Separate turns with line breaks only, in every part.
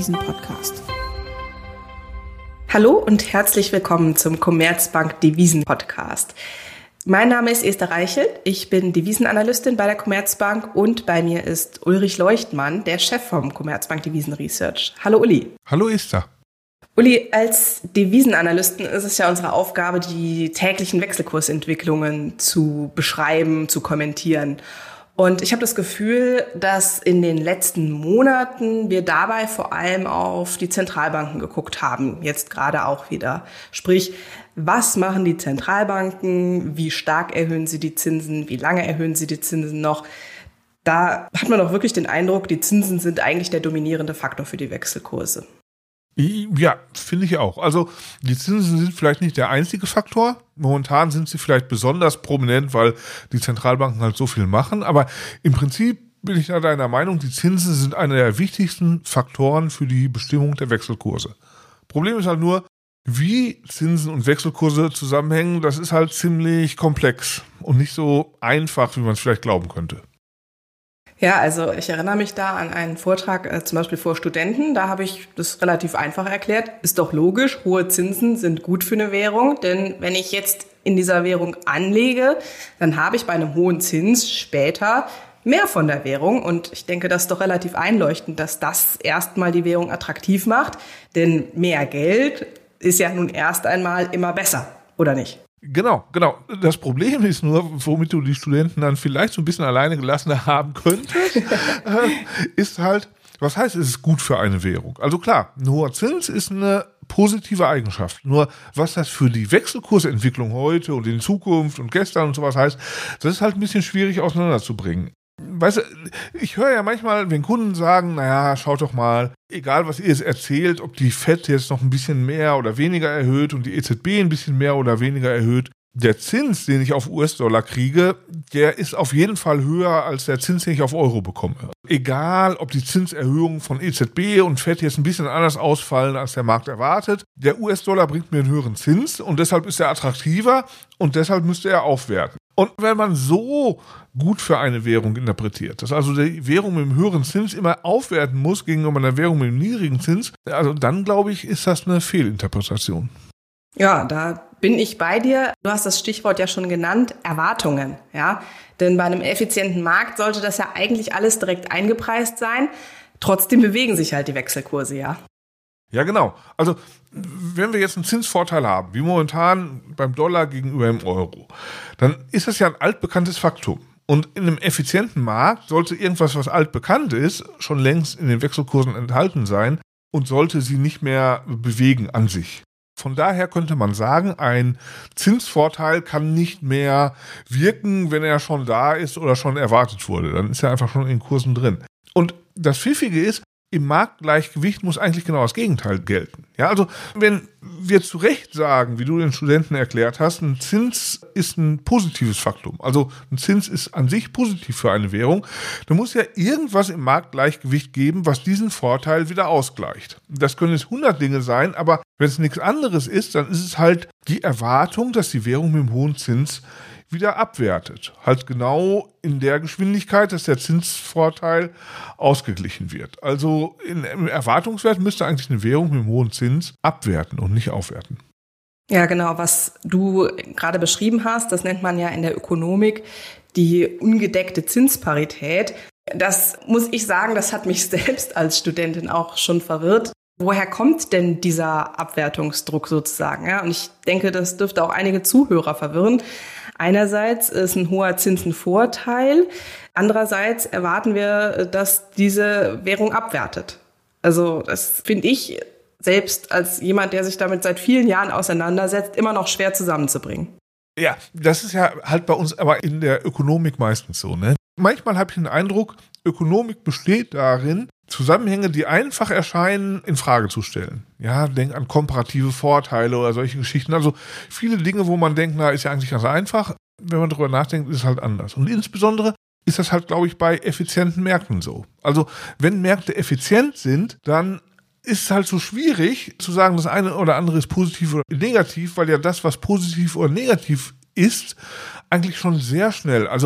Devisen-Podcast. Hallo und herzlich willkommen zum Commerzbank Devisen-Podcast. Mein Name ist Esther Reichelt, ich bin Devisenanalystin bei der Commerzbank und bei mir ist Ulrich Leuchtmann, der Chef vom Commerzbank Devisen Research. Hallo Uli.
Hallo Esther.
Uli, als Devisenanalysten ist es ja unsere Aufgabe, die täglichen Wechselkursentwicklungen zu beschreiben, zu kommentieren. Und ich habe das Gefühl, dass in den letzten Monaten wir dabei vor allem auf die Zentralbanken geguckt haben, jetzt gerade auch wieder. Sprich, was machen die Zentralbanken, wie stark erhöhen sie die Zinsen, wie lange erhöhen sie die Zinsen noch? Da hat man doch wirklich den Eindruck, die Zinsen sind eigentlich der dominierende Faktor für die Wechselkurse.
Ja, finde ich auch. Also die Zinsen sind vielleicht nicht der einzige Faktor. Momentan sind sie vielleicht besonders prominent, weil die Zentralbanken halt so viel machen. Aber im Prinzip bin ich da deiner Meinung, die Zinsen sind einer der wichtigsten Faktoren für die Bestimmung der Wechselkurse. Problem ist halt nur, wie Zinsen und Wechselkurse zusammenhängen, das ist halt ziemlich komplex und nicht so einfach, wie man es vielleicht glauben könnte.
Ja, also ich erinnere mich da an einen Vortrag zum Beispiel vor Studenten. Da habe ich das relativ einfach erklärt. Ist doch logisch, hohe Zinsen sind gut für eine Währung. Denn wenn ich jetzt in dieser Währung anlege, dann habe ich bei einem hohen Zins später mehr von der Währung. Und ich denke, das ist doch relativ einleuchtend, dass das erstmal die Währung attraktiv macht. Denn mehr Geld ist ja nun erst einmal immer besser, oder nicht?
Genau. Das Problem ist nur, womit du die Studenten dann vielleicht so ein bisschen alleine gelassen haben könntest, ist halt, was heißt, es ist gut für eine Währung? Also klar, ein hoher Zins ist eine positive Eigenschaft. Nur was das für die Wechselkursentwicklung heute und in Zukunft und gestern und sowas heißt, das ist halt ein bisschen schwierig auseinanderzubringen. Weißt du, ich höre ja manchmal, wenn Kunden sagen, naja, schaut doch mal, egal was ihr jetzt erzählt, ob die FED jetzt noch ein bisschen mehr oder weniger erhöht und die EZB ein bisschen mehr oder weniger erhöht, der Zins, den ich auf US-Dollar kriege, der ist auf jeden Fall höher als der Zins, den ich auf Euro bekomme. Egal, ob die Zinserhöhungen von EZB und FED jetzt ein bisschen anders ausfallen, als der Markt erwartet, der US-Dollar bringt mir einen höheren Zins und deshalb ist er attraktiver und deshalb müsste er aufwerten. Und wenn man so gut für eine Währung interpretiert, dass also die Währung mit dem höheren Zins immer aufwerten muss gegenüber einer Währung mit dem niedrigen Zins, also dann glaube ich, ist das eine Fehlinterpretation.
Ja, da bin ich bei dir. Du hast das Stichwort ja schon genannt, Erwartungen. Ja, denn bei einem effizienten Markt sollte das ja eigentlich alles direkt eingepreist sein. Trotzdem bewegen sich halt die Wechselkurse, ja.
Ja, genau. Also wenn wir jetzt einen Zinsvorteil haben, wie momentan beim Dollar gegenüber dem Euro, dann ist das ja ein altbekanntes Faktum. Und in einem effizienten Markt sollte irgendwas, was altbekannt ist, schon längst in den Wechselkursen enthalten sein und sollte sie nicht mehr bewegen an sich. Von daher könnte man sagen, ein Zinsvorteil kann nicht mehr wirken, wenn er schon da ist oder schon erwartet wurde. Dann ist er einfach schon in den Kursen drin. Und das Pfiffige ist, im Marktgleichgewicht muss eigentlich genau das Gegenteil gelten. Ja, also wenn wir zu Recht sagen, wie du den Studenten erklärt hast, ein Zins ist ein positives Faktum. Also ein Zins ist an sich positiv für eine Währung. Da muss ja irgendwas im Marktgleichgewicht geben, was diesen Vorteil wieder ausgleicht. Das können jetzt 100 Dinge sein, aber wenn es nichts anderes ist, dann ist es halt die Erwartung, dass die Währung mit dem hohen Zins wieder abwertet. Halt genau in der Geschwindigkeit, dass der Zinsvorteil ausgeglichen wird. Also im Erwartungswert müsste eigentlich eine Währung mit einem hohen Zins abwerten und nicht aufwerten.
Ja, genau. Was du gerade beschrieben hast, das nennt man ja in der Ökonomik die ungedeckte Zinsparität. Das muss ich sagen, das hat mich selbst als Studentin auch schon verwirrt. Woher kommt denn dieser Abwertungsdruck sozusagen? Ja, und ich denke, das dürfte auch einige Zuhörer verwirren. Einerseits ist ein hoher Zins ein Vorteil, andererseits erwarten wir, dass diese Währung abwertet. Also das finde ich selbst als jemand, der sich damit seit vielen Jahren auseinandersetzt, immer noch schwer zusammenzubringen.
Ja, das ist ja halt bei uns aber in der Ökonomik meistens so, ne? Manchmal habe ich den Eindruck, Ökonomik besteht darin, Zusammenhänge, die einfach erscheinen, in Frage zu stellen. Ja, denk an komparative Vorteile oder solche Geschichten. Also viele Dinge, wo man denkt, na, ist ja eigentlich ganz einfach. Wenn man darüber nachdenkt, ist es halt anders. Und insbesondere ist das halt, glaube ich, bei effizienten Märkten so. Also wenn Märkte effizient sind, dann ist es halt so schwierig zu sagen, das eine oder andere ist positiv oder negativ, weil ja das, was positiv oder negativ ist, eigentlich schon sehr schnell, also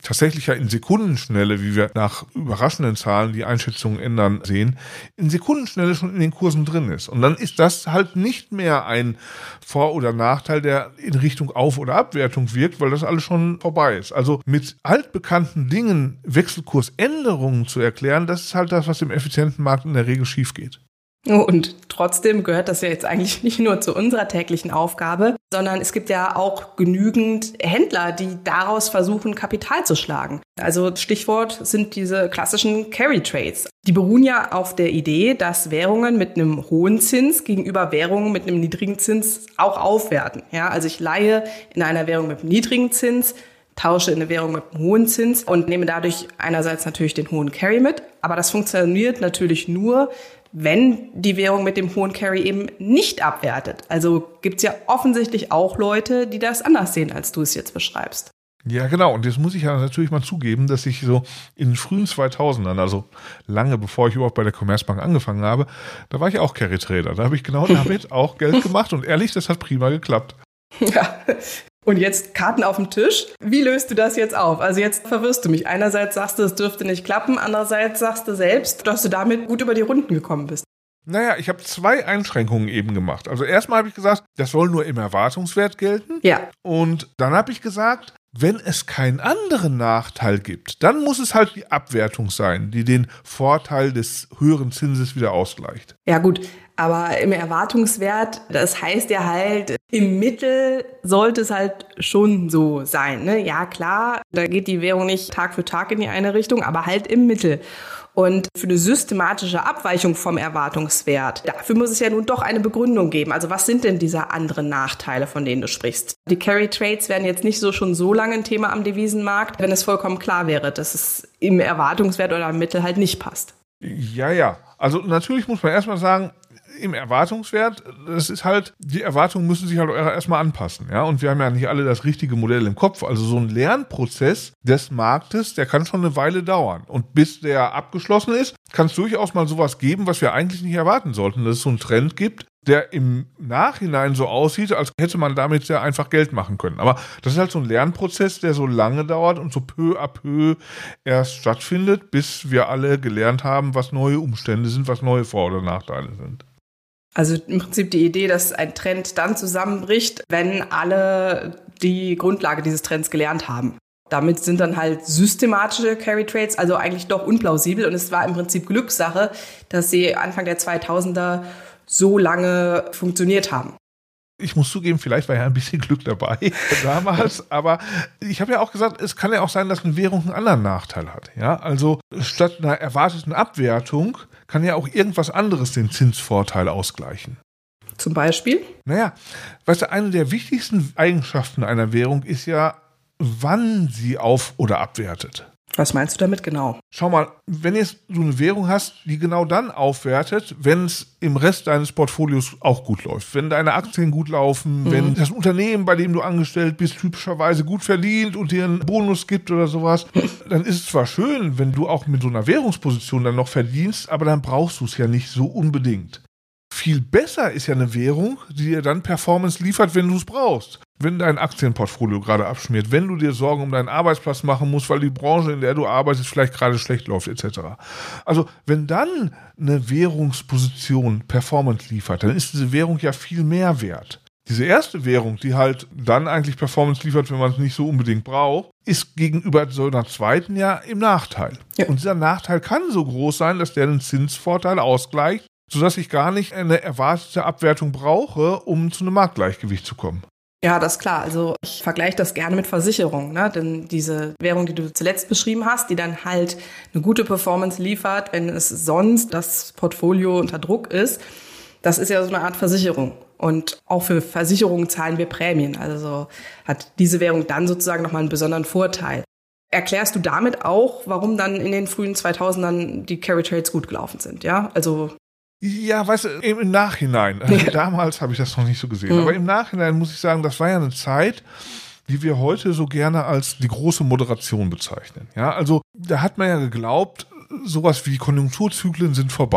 tatsächlich ja in Sekundenschnelle, wie wir nach überraschenden Zahlen die Einschätzungen ändern sehen, in Sekundenschnelle schon in den Kursen drin ist. Und dann ist das halt nicht mehr ein Vor- oder Nachteil, der in Richtung Auf- oder Abwertung wirkt, weil das alles schon vorbei ist. Also mit altbekannten Dingen Wechselkursänderungen zu erklären, das ist halt das, was im effizienten Markt in der Regel schief geht.
Und trotzdem gehört das ja jetzt eigentlich nicht nur zu unserer täglichen Aufgabe, sondern es gibt ja auch genügend Händler, die daraus versuchen, Kapital zu schlagen. Also Stichwort sind diese klassischen Carry Trades. Die beruhen ja auf der Idee, dass Währungen mit einem hohen Zins gegenüber Währungen mit einem niedrigen Zins auch aufwerten. Ja, also ich leihe in einer Währung mit einem niedrigen Zins, tausche in eine Währung mit einem hohen Zins und nehme dadurch einerseits natürlich den hohen Carry mit. Aber das funktioniert natürlich nur, wenn die Währung mit dem hohen Carry eben nicht abwertet. Also gibt's ja offensichtlich auch Leute, die das anders sehen, als du es jetzt beschreibst.
Ja, genau. Und jetzt muss ich ja natürlich mal zugeben, dass ich so in den frühen 2000ern, also lange bevor ich überhaupt bei der Commerzbank angefangen habe, da war ich auch Carry Trader. Da habe ich genau damit auch Geld gemacht und ehrlich, das hat prima geklappt.
Ja. Und jetzt Karten auf dem Tisch. Wie löst du das jetzt auf? Also jetzt verwirrst du mich. Einerseits sagst du, es dürfte nicht klappen. Andererseits sagst du selbst, dass du damit gut über die Runden gekommen bist.
Naja, ich habe 2 Einschränkungen eben gemacht. Also erstmal habe ich gesagt, das soll nur im Erwartungswert gelten.
Ja.
Und dann habe ich gesagt, wenn es keinen anderen Nachteil gibt, dann muss es halt die Abwertung sein, die den Vorteil des höheren Zinses wieder ausgleicht.
Ja gut, aber im Erwartungswert, das heißt ja halt, im Mittel sollte es halt schon so sein. Ne? Ja klar, da geht die Währung nicht Tag für Tag in die eine Richtung, aber halt im Mittel. Und für eine systematische Abweichung vom Erwartungswert, dafür muss es ja nun doch eine Begründung geben. Also was sind denn diese anderen Nachteile, von denen du sprichst? Die Carry Trades wären jetzt nicht schon so lange ein Thema am Devisenmarkt, wenn es vollkommen klar wäre, dass es im Erwartungswert oder im Mittel halt nicht passt.
Ja. Also natürlich muss man erstmal sagen, im Erwartungswert, das ist halt, die Erwartungen müssen sich halt erstmal anpassen, ja, und wir haben ja nicht alle das richtige Modell im Kopf, also so ein Lernprozess des Marktes, der kann schon eine Weile dauern und bis der abgeschlossen ist, kann es durchaus mal sowas geben, was wir eigentlich nicht erwarten sollten, dass es so einen Trend gibt, der im Nachhinein so aussieht, als hätte man damit sehr einfach Geld machen können. Aber das ist halt so ein Lernprozess, der so lange dauert und so peu à peu erst stattfindet, bis wir alle gelernt haben, was neue Umstände sind, was neue Vor- oder Nachteile sind.
Also im Prinzip die Idee, dass ein Trend dann zusammenbricht, wenn alle die Grundlage dieses Trends gelernt haben. Damit sind dann halt systematische Carry Trades also eigentlich doch unplausibel und es war im Prinzip Glückssache, dass sie Anfang der 2000er so lange funktioniert haben.
Ich muss zugeben, vielleicht war ja ein bisschen Glück dabei damals, aber ich habe ja auch gesagt, es kann ja auch sein, dass eine Währung einen anderen Nachteil hat. Ja? Also statt einer erwarteten Abwertung kann ja auch irgendwas anderes den Zinsvorteil ausgleichen.
Zum Beispiel?
Naja, weißt du, eine der wichtigsten Eigenschaften einer Währung ist ja, wann sie auf- oder abwertet.
Was meinst du damit genau?
Schau mal, wenn du jetzt so eine Währung hast, die genau dann aufwertet, wenn es im Rest deines Portfolios auch gut läuft. Wenn deine Aktien gut laufen, wenn das Unternehmen, bei dem du angestellt bist, typischerweise gut verdient und dir einen Bonus gibt oder sowas, dann ist es zwar schön, wenn du auch mit so einer Währungsposition dann noch verdienst, aber dann brauchst du es ja nicht so unbedingt. Viel besser ist ja eine Währung, die dir dann Performance liefert, wenn du es brauchst. Wenn dein Aktienportfolio gerade abschmiert, wenn du dir Sorgen um deinen Arbeitsplatz machen musst, weil die Branche, in der du arbeitest, vielleicht gerade schlecht läuft, etc. Also wenn dann eine Währungsposition Performance liefert, dann ist diese Währung ja viel mehr wert. Diese erste Währung, die halt dann eigentlich Performance liefert, wenn man es nicht so unbedingt braucht, ist gegenüber so einer zweiten ja im Nachteil. Ja. Und dieser Nachteil kann so groß sein, dass der einen Zinsvorteil ausgleicht, sodass ich gar nicht eine erwartete Abwertung brauche, um zu einem Marktgleichgewicht zu kommen.
Ja, das ist klar. Also ich vergleiche das gerne mit Versicherungen, ne? Denn diese Währung, die du zuletzt beschrieben hast, die dann halt eine gute Performance liefert, wenn es sonst das Portfolio unter Druck ist, das ist ja so eine Art Versicherung. Und auch für Versicherungen zahlen wir Prämien. Also hat diese Währung dann sozusagen nochmal einen besonderen Vorteil. Erklärst du damit auch, warum dann in den frühen 2000ern die Carry Trades gut gelaufen sind, ja? Also
ja, weißt du, im Nachhinein, damals habe ich das noch nicht so gesehen, aber im Nachhinein muss ich sagen, das war ja eine Zeit, die wir heute so gerne als die große Moderation bezeichnen. Ja, also da hat man ja geglaubt, sowas wie Konjunkturzyklen sind vorbei.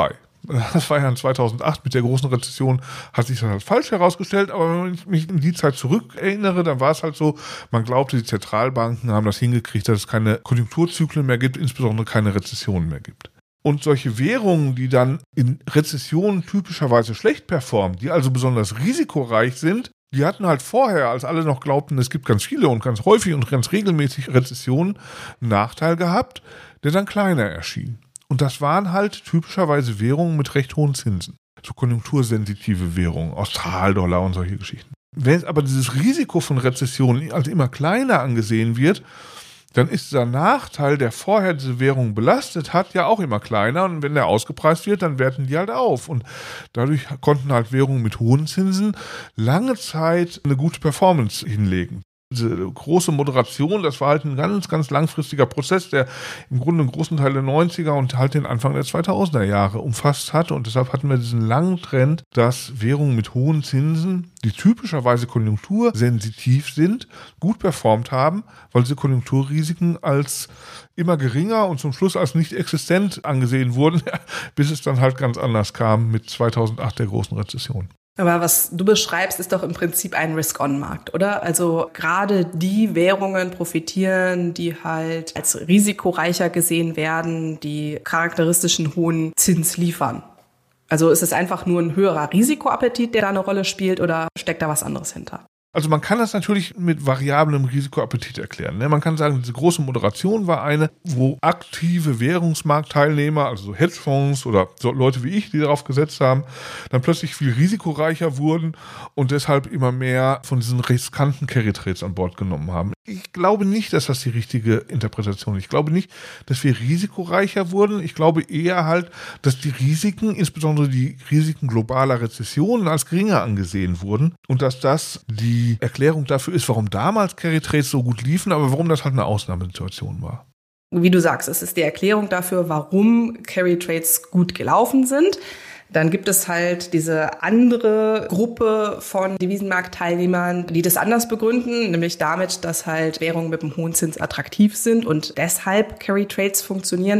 Das war ja 2008 mit der großen Rezession, hat sich das halt falsch herausgestellt. Aber wenn ich mich in die Zeit zurückerinnere, dann war es halt so, man glaubte, die Zentralbanken haben das hingekriegt, dass es keine Konjunkturzyklen mehr gibt, insbesondere keine Rezessionen mehr gibt. Und solche Währungen, die dann in Rezessionen typischerweise schlecht performen, die also besonders risikoreich sind, die hatten halt vorher, als alle noch glaubten, es gibt ganz viele und ganz häufig und ganz regelmäßig Rezessionen, einen Nachteil gehabt, der dann kleiner erschien. Und das waren halt typischerweise Währungen mit recht hohen Zinsen. So konjunktursensitive Währungen, Australdollar und solche Geschichten. Wenn aber dieses Risiko von Rezessionen als immer kleiner angesehen wird, dann ist der Nachteil, der vorher diese Währung belastet hat, ja auch immer kleiner. Und wenn der ausgepreist wird, dann werten die halt auf. Und dadurch konnten halt Währungen mit hohen Zinsen lange Zeit eine gute Performance hinlegen. Diese große Moderation, das war halt ein ganz, ganz langfristiger Prozess, der im Grunde einen großen Teil der 90er und halt den Anfang der 2000er Jahre umfasst hatte. Und deshalb hatten wir diesen langen Trend, dass Währungen mit hohen Zinsen, die typischerweise konjunktursensitiv sind, gut performt haben, weil diese Konjunkturrisiken als immer geringer und zum Schluss als nicht existent angesehen wurden, bis es dann halt ganz anders kam mit 2008 der großen Rezession.
Aber was du beschreibst, ist doch im Prinzip ein Risk-on-Markt, oder? Also gerade die Währungen profitieren, die halt als risikoreicher gesehen werden, die charakteristischen hohen Zins liefern. Also ist es einfach nur ein höherer Risikoappetit, der da eine Rolle spielt, oder steckt da was anderes hinter?
Also man kann das natürlich mit variablem Risikoappetit erklären. Man kann sagen, diese große Moderation war eine, wo aktive Währungsmarktteilnehmer, also so Hedgefonds oder so Leute wie ich, die darauf gesetzt haben, dann plötzlich viel risikoreicher wurden und deshalb immer mehr von diesen riskanten Carry-Trades an Bord genommen haben. Ich glaube nicht, dass das die richtige Interpretation ist. Ich glaube nicht, dass wir risikoreicher wurden. Ich glaube eher halt, dass die Risiken, insbesondere die Risiken globaler Rezessionen, als geringer angesehen wurden und dass das die Erklärung dafür ist, warum damals Carry-Trades so gut liefen, aber warum das halt eine Ausnahmesituation war.
Wie du sagst, es ist die Erklärung dafür, warum Carry-Trades gut gelaufen sind. Dann gibt es halt diese andere Gruppe von Devisenmarktteilnehmern, die das anders begründen, nämlich damit, dass halt Währungen mit einem hohen Zins attraktiv sind und deshalb Carry-Trades funktionieren.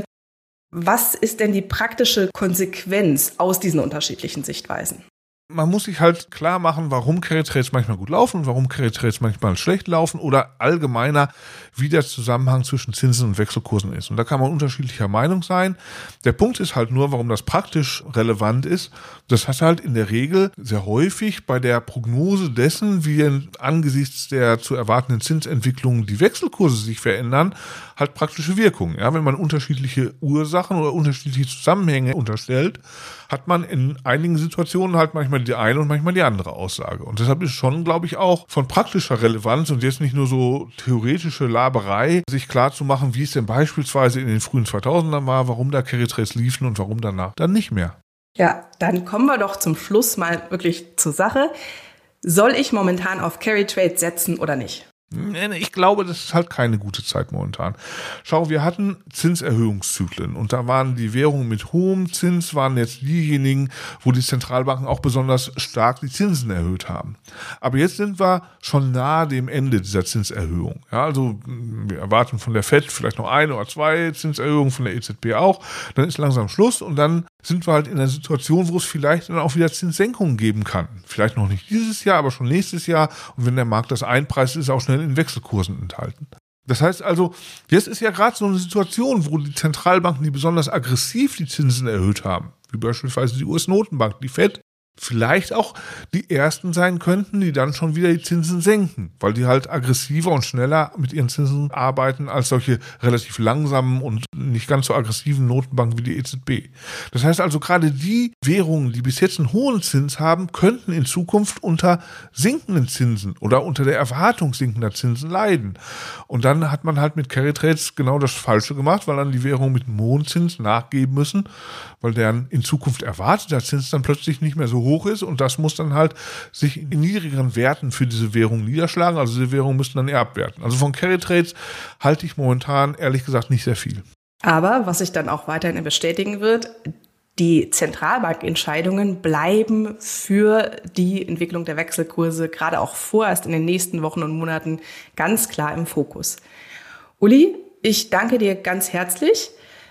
Was ist denn die praktische Konsequenz aus diesen unterschiedlichen Sichtweisen?
Man muss sich halt klar machen, warum Carry-Trades manchmal gut laufen und warum Carry-Trades manchmal schlecht laufen oder allgemeiner, wie der Zusammenhang zwischen Zinsen und Wechselkursen ist. Und da kann man unterschiedlicher Meinung sein. Der Punkt ist halt nur, warum das praktisch relevant ist. Das hat halt in der Regel sehr häufig bei der Prognose dessen, wie angesichts der zu erwartenden Zinsentwicklungen die Wechselkurse sich verändern, halt praktische Wirkungen. Ja, wenn man unterschiedliche Ursachen oder unterschiedliche Zusammenhänge unterstellt, hat man in einigen Situationen halt manchmal die eine und manchmal die andere Aussage. Und deshalb ist schon, glaube ich, auch von praktischer Relevanz und jetzt nicht nur so theoretische Laberei, sich klar zu machen, wie es denn beispielsweise in den frühen 2000ern war, warum da Carry-Trades liefen und warum danach dann nicht mehr.
Ja, dann kommen wir doch zum Schluss mal wirklich zur Sache. Soll ich momentan auf Carry-Trades setzen oder nicht?
Ich glaube, das ist halt keine gute Zeit momentan. Schau, wir hatten Zinserhöhungszyklen und da waren die Währungen mit hohem Zins, waren jetzt diejenigen, wo die Zentralbanken auch besonders stark die Zinsen erhöht haben. Aber jetzt sind wir schon nahe dem Ende dieser Zinserhöhung. Ja, also wir erwarten von der FED vielleicht noch 1 oder 2 Zinserhöhungen, von der EZB auch. Dann ist langsam Schluss und dann sind wir halt in einer Situation, wo es vielleicht dann auch wieder Zinssenkungen geben kann. Vielleicht noch nicht dieses Jahr, aber schon nächstes Jahr. Und wenn der Markt das einpreist, ist es auch schnell in Wechselkursen enthalten. Das heißt also, jetzt ist ja gerade so eine Situation, wo die Zentralbanken, die besonders aggressiv die Zinsen erhöht haben, wie beispielsweise die US-Notenbank, die FED, vielleicht auch die ersten sein könnten, die dann schon wieder die Zinsen senken, weil die halt aggressiver und schneller mit ihren Zinsen arbeiten als solche relativ langsamen und nicht ganz so aggressiven Notenbanken wie die EZB. Das heißt also, gerade die Währungen, die bis jetzt einen hohen Zins haben, könnten in Zukunft unter sinkenden Zinsen oder unter der Erwartung sinkender Zinsen leiden. Und dann hat man halt mit Carry-Trades genau das Falsche gemacht, weil dann die Währungen mit einem hohen Zins nachgeben müssen, weil deren in Zukunft erwarteter Zins dann plötzlich nicht mehr so hoch ist und das muss dann halt sich in niedrigeren Werten für diese Währung niederschlagen. Also diese Währungen müssen dann eher abwerten. Also von Carry-Trades halte ich momentan ehrlich gesagt nicht sehr viel.
Aber was sich dann auch weiterhin bestätigen wird, die Zentralbankentscheidungen bleiben für die Entwicklung der Wechselkurse gerade auch vorerst in den nächsten Wochen und Monaten ganz klar im Fokus. Uli, ich danke dir ganz herzlich.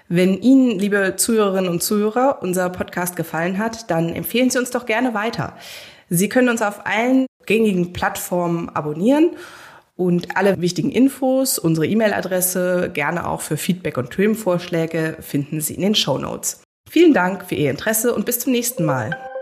Wenn Ihnen, liebe Zuhörerinnen und Zuhörer, unser Podcast gefallen hat, dann empfehlen Sie uns doch gerne weiter. Sie können uns auf allen gängigen Plattformen abonnieren und alle wichtigen Infos, unsere E-Mail-Adresse, gerne auch für Feedback und Themenvorschläge finden Sie in den Shownotes. Vielen Dank für Ihr Interesse und bis zum nächsten Mal.